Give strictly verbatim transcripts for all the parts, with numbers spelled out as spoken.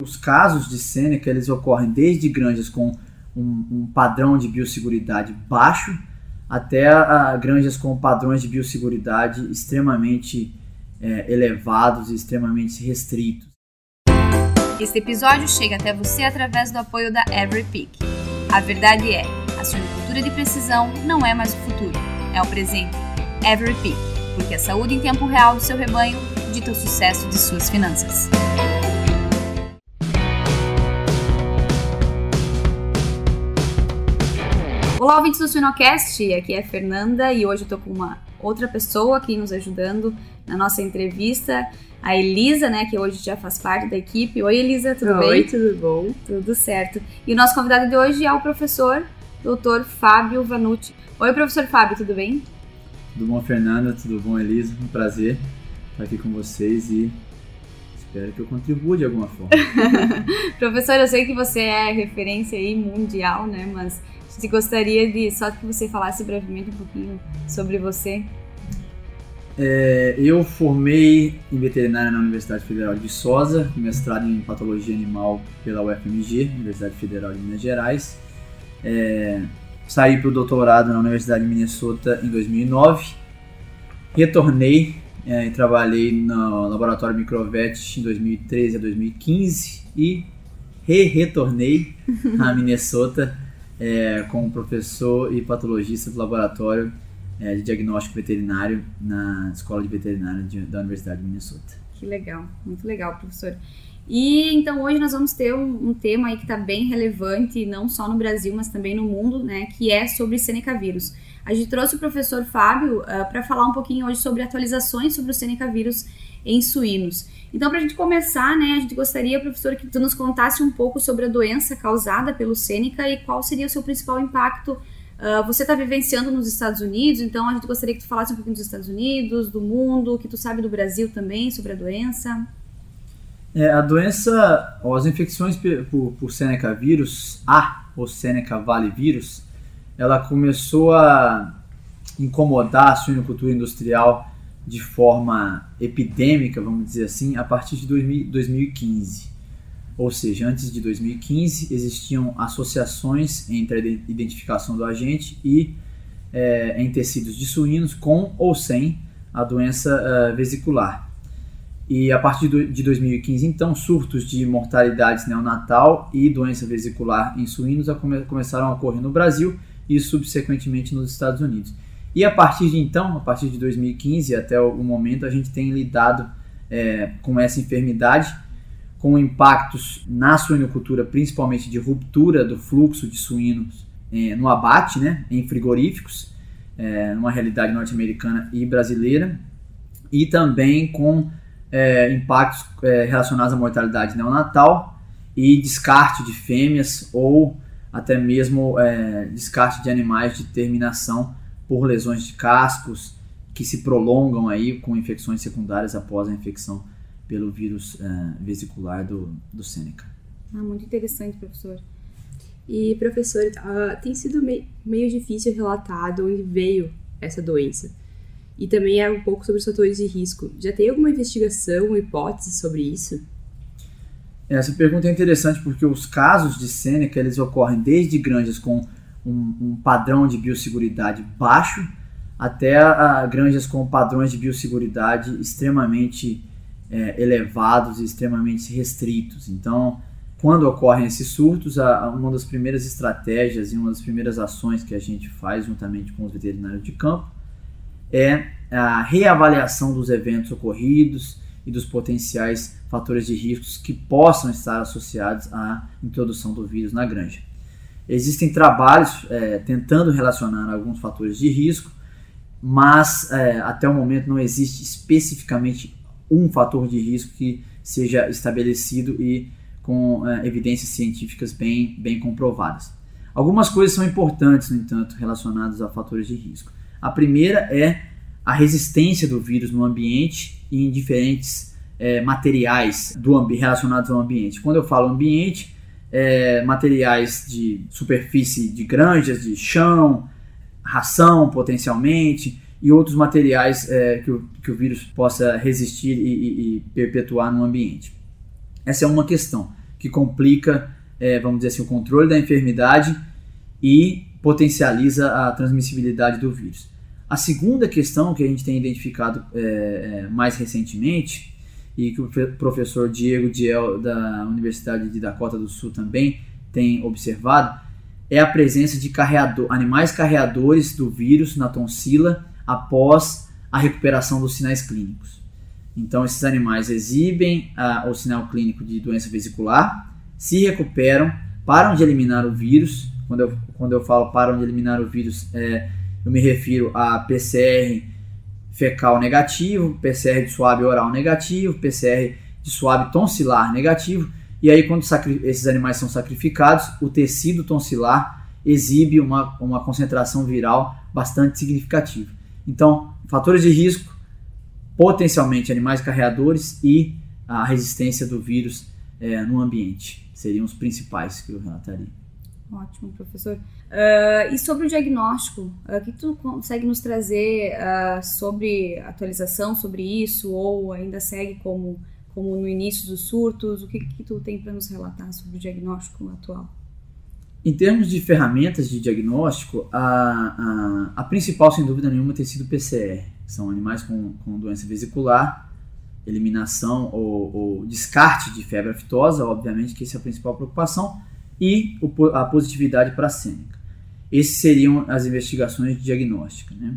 Os casos de Sêneca, eles ocorrem desde granjas com um, um padrão de biosseguridade baixo até a, a granjas com padrões de biosseguridade extremamente é, elevados e extremamente restritos. Este episódio chega até você através do apoio da EveryPeak. A verdade é, a suinocultura de precisão não é mais o futuro, é o presente. EveryPeak, porque a saúde em tempo real do seu rebanho dita o sucesso de suas finanças. Olá, ouvintes do Suinocast, aqui é a Fernanda e hoje eu tô com uma outra pessoa aqui nos ajudando na nossa entrevista, a Elisa, né, que hoje já faz parte da equipe. Oi, Elisa, tudo Oi, bem? Oi, tudo bom? Tudo certo. E o nosso convidado de hoje é o professor doutor Fábio Vanucci. Oi, professor Fábio, tudo bem? Tudo bom, Fernanda? Tudo bom, Elisa? Um prazer estar aqui com vocês e espero que eu contribua de alguma forma. Professor, eu sei que você é referência aí mundial, né, mas a gente gostaria de só que você falasse brevemente um pouquinho sobre você. É, eu formei em veterinária na Universidade Federal de Viçosa, mestrado em patologia animal pela U F M G, Universidade Federal de Minas Gerais. É, saí para o doutorado na Universidade de Minnesota em dois mil e nove. Retornei é, e trabalhei no laboratório Microvet em dois mil e treze a dois mil e quinze e re-retornei a Minnesota é, como professor e patologista do laboratório É, de diagnóstico veterinário na Escola de Veterinária de, da Universidade de Minnesota. Que legal, muito legal, professor. E então hoje nós vamos ter um, um tema aí que está bem relevante, não só no Brasil, mas também no mundo, né, que é sobre Seneca vírus. A gente trouxe o professor Fábio uh, para falar um pouquinho hoje sobre atualizações sobre o Seneca vírus em suínos. Então, para a gente começar, né, a gente gostaria, professor, que tu nos contasse um pouco sobre a doença causada pelo Seneca e qual seria o seu principal impacto. Uh, você está vivenciando nos Estados Unidos, então a gente gostaria que tu falasse um pouquinho dos Estados Unidos, do mundo, que tu sabe do Brasil também sobre a doença. É, a doença, ó, as infecções por, por Seneca vírus A, ou Seneca Valley vírus, ela começou a incomodar a suinocultura industrial de forma epidêmica, vamos dizer assim, a partir de dois mil e quinze. Ou seja, antes de dois mil e quinze existiam associações entre a identificação do agente e é, em tecidos de suínos com ou sem a doença uh, vesicular. E a partir de dois mil e quinze, então, surtos de mortalidade neonatal e doença vesicular em suínos come- começaram a ocorrer no Brasil e subsequentemente nos Estados Unidos. E a partir de então, a partir de dois mil e quinze até o momento, a gente tem lidado é, com essa enfermidade, com impactos na suinocultura, principalmente de ruptura do fluxo de suínos é, no abate, né, em frigoríficos, é, numa realidade norte-americana e brasileira, e também com é, impactos é, relacionados à mortalidade neonatal e descarte de fêmeas ou até mesmo é, descarte de animais de terminação por lesões de cascos que se prolongam aí com infecções secundárias após a infecção pelo vírus uh, vesicular do, do Seneca. Ah, muito interessante, professor. E, professor, uh, tem sido mei- meio difícil relatar de onde veio essa doença. E também é um pouco sobre os fatores de risco. Já tem alguma investigação ou hipótese sobre isso? Essa pergunta é interessante porque os casos de Seneca, eles ocorrem desde granjas com um, um padrão de biosseguridade baixo até a, a granjas com padrões de biosseguridade extremamente É, elevados e extremamente restritos. Então, quando ocorrem esses surtos, a, a uma das primeiras estratégias e uma das primeiras ações que a gente faz juntamente com os veterinários de campo é a reavaliação dos eventos ocorridos e dos potenciais fatores de riscos que possam estar associados à introdução do vírus na granja. Existem trabalhos é, tentando relacionar alguns fatores de risco, mas é, até o momento não existe especificamente um fator de risco que seja estabelecido e com uh, evidências científicas bem, bem comprovadas. Algumas coisas são importantes, no entanto, relacionadas a fatores de risco. A primeira é a resistência do vírus no ambiente e em diferentes eh, materiais do ambi- relacionados ao ambiente. Quando eu falo ambiente, é, materiais de superfície de granjas, de chão, ração potencialmente, e outros materiais é, que, o, que o vírus possa resistir e, e, e perpetuar no ambiente. Essa é uma questão que complica, é, vamos dizer assim, o controle da enfermidade e potencializa a transmissibilidade do vírus. A segunda questão que a gente tem identificado é, é, mais recentemente, e que o professor Diego Diel, da Universidade de Dakota do Sul, também tem observado, é a presença de carreador, animais carreadores do vírus na tonsila após a recuperação dos sinais clínicos. Então, esses animais exibem a, o sinal clínico de doença vesicular, se recuperam, param de eliminar o vírus. Quando eu, quando eu falo param de eliminar o vírus, é, eu me refiro a P C R fecal negativo, P C R de suave oral negativo, P C R de suave tonsilar negativo. E aí, quando esses animais são sacrificados, o tecido tonsilar exibe uma, uma concentração viral bastante significativa. Então, fatores de risco, potencialmente animais carreadores e a resistência do vírus é, no ambiente. Seriam os principais que eu relataria. Ótimo, professor. Uh, e sobre o diagnóstico, o uh, que tu consegue nos trazer uh, sobre atualização sobre isso, ou ainda segue como, como no início dos surtos? O que, que tu tem para nos relatar sobre o diagnóstico atual? Em termos de ferramentas de diagnóstico, a, a, a principal, sem dúvida nenhuma, tem sido o P C R. São animais com, com doença vesicular, eliminação ou, ou descarte de febre aftosa, obviamente que essa é a principal preocupação, e o, a positividade para a Sêneca. Essas seriam as investigações de diagnóstica, né?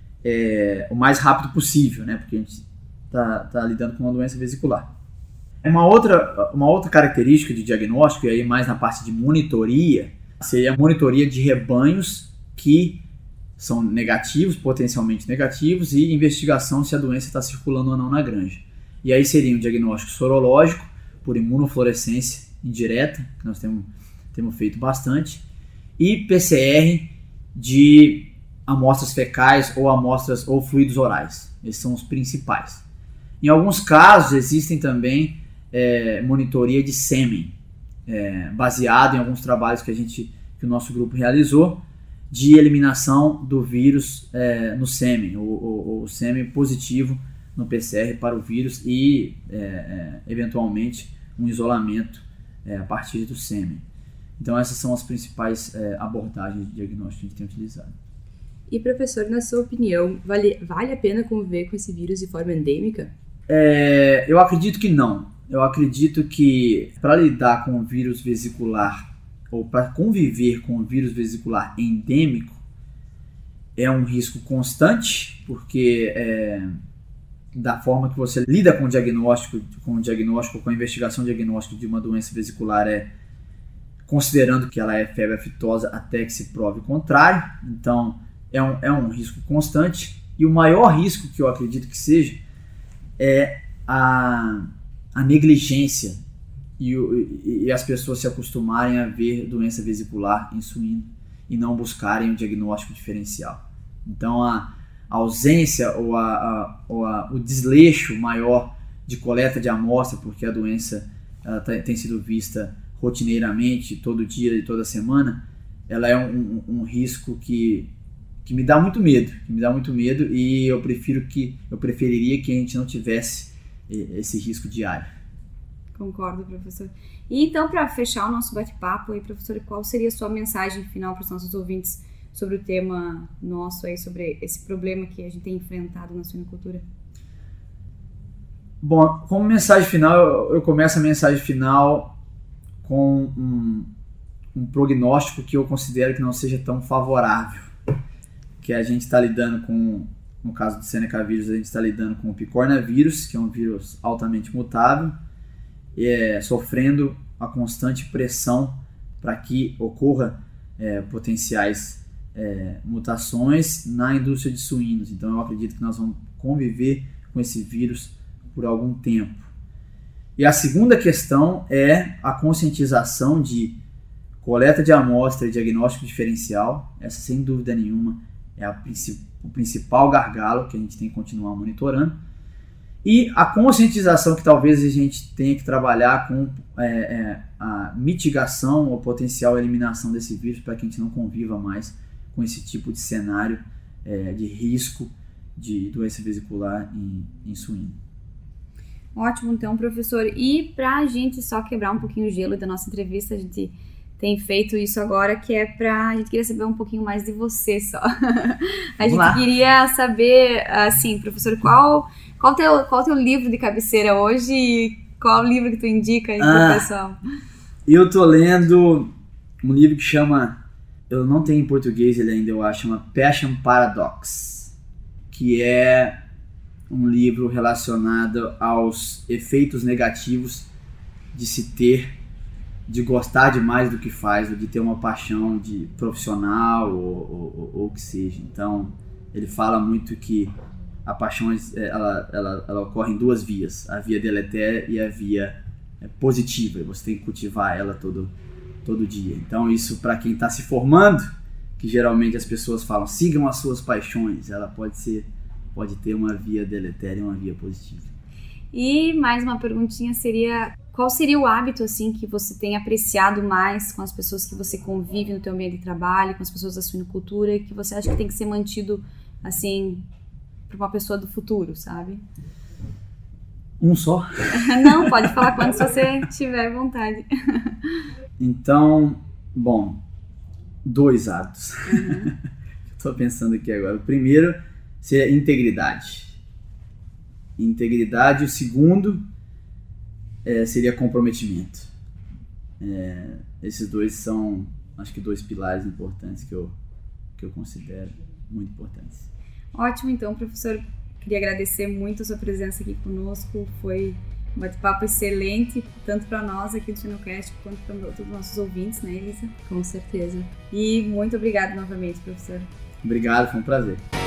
É, o mais rápido possível, né? Porque a gente está tá lidando com uma doença vesicular. Uma outra, uma outra característica de diagnóstico, e aí mais na parte de monitoria, seria a monitoria de rebanhos que são negativos, potencialmente negativos, e investigação se a doença está circulando ou não na granja. E aí seria um diagnóstico sorológico por imunofluorescência indireta, que nós temos, temos feito bastante, e P C R de amostras fecais ou amostras ou fluidos orais. Esses são os principais. Em alguns casos existem também é, monitoria de sêmen, é, baseado em alguns trabalhos que a gente, que o nosso grupo realizou, de eliminação do vírus é, no sêmen, o, o, o sêmen positivo no P C R para o vírus e, é, é, eventualmente, um isolamento é, a partir do sêmen. Então, essas são as principais é, abordagens de diagnóstico que a gente tem utilizado. E, professor, na sua opinião, vale, vale a pena conviver com esse vírus de forma endêmica? É, eu acredito que não. Eu acredito que para lidar com o vírus vesicular ou para conviver com o vírus vesicular endêmico é um risco constante, porque é, da forma que você lida com o diagnóstico, com o diagnóstico, com a investigação diagnóstica de uma doença vesicular é considerando que ela é febre aftosa até que se prove o contrário. Então é um, é um risco constante, e o maior risco que eu acredito que seja é a, a negligência e, e, e as pessoas se acostumarem a ver doença vesicular em suíno e não buscarem o diagnóstico diferencial. Então a, a ausência ou, a, a, ou a, o desleixo maior de coleta de amostra, porque a doença ela tá, tem sido vista rotineiramente, todo dia e toda semana, ela é um, um, um risco que, que me dá muito medo, que me dá muito medo, e eu prefiro que eu preferiria que a gente não tivesse esse risco diário. Concordo, professor. E então, para fechar o nosso bate-papo aí, professor, qual seria a sua mensagem final para os nossos ouvintes sobre o tema nosso aí, sobre esse problema que a gente tem enfrentado na suinocultura? Bom, como mensagem final, eu começo a mensagem final com um, um prognóstico que eu considero que não seja tão favorável, que a gente está lidando com, no caso do Seneca vírus, a gente está lidando com o picornavírus, que é um vírus altamente mutável, é, sofrendo a constante pressão para que ocorra é, potenciais é, mutações na indústria de suínos. Então eu acredito que nós vamos conviver com esse vírus por algum tempo. E a segunda questão é a conscientização de coleta de amostra e diagnóstico diferencial. Essa, sem dúvida nenhuma, é a princip- o principal gargalo que a gente tem que continuar monitorando. E a conscientização que talvez a gente tenha que trabalhar com é, é, a mitigação ou potencial eliminação desse vírus, para que a gente não conviva mais com esse tipo de cenário é, de risco de doença vesicular em, em suíno. Ótimo, então, professor. E pra gente só quebrar um pouquinho o gelo da nossa entrevista, a gente tem feito isso agora, que é pra... A gente queria saber um pouquinho mais de você só. A gente lá. queria saber, assim, professor, qual qual teu, qual teu livro de cabeceira hoje e qual livro que tu indica aí Ah, pro pessoal? Eu tô lendo um livro que chama... Eu não tenho em português ele ainda, eu acho. Chama Passion Paradox. Que é um livro relacionado aos efeitos negativos de se ter... de gostar demais do que faz, ou de ter uma paixão de profissional, ou, ou, ou, ou que seja. Então, ele fala muito que a paixão ela, ela, ela ocorre em duas vias, a via deletéria e a via positiva, e você tem que cultivar ela todo, todo dia. Então, isso para quem está se formando, que geralmente as pessoas falam, sigam as suas paixões, ela pode ser, pode ter uma via deletéria e uma via positiva. E mais uma perguntinha seria, qual seria o hábito assim que você tem apreciado mais com as pessoas que você convive no teu ambiente de trabalho, com as pessoas da suinocultura, que você acha que tem que ser mantido assim para uma pessoa do futuro, sabe? Um só? Não, pode falar quando você tiver vontade. Então, bom, dois hábitos. Uhum. Estou pensando aqui agora. O primeiro seria integridade. Integridade. O segundo é, seria comprometimento. É, esses dois são, acho que, dois pilares importantes que eu, que eu considero muito importantes. Ótimo, então, professor. Queria agradecer muito a sua presença aqui conosco. Foi um bate-papo excelente, tanto para nós aqui do Suinocast, quanto para todos os nossos ouvintes, né, Elisa? Com certeza. E muito obrigada novamente, professor. Obrigado, foi um prazer.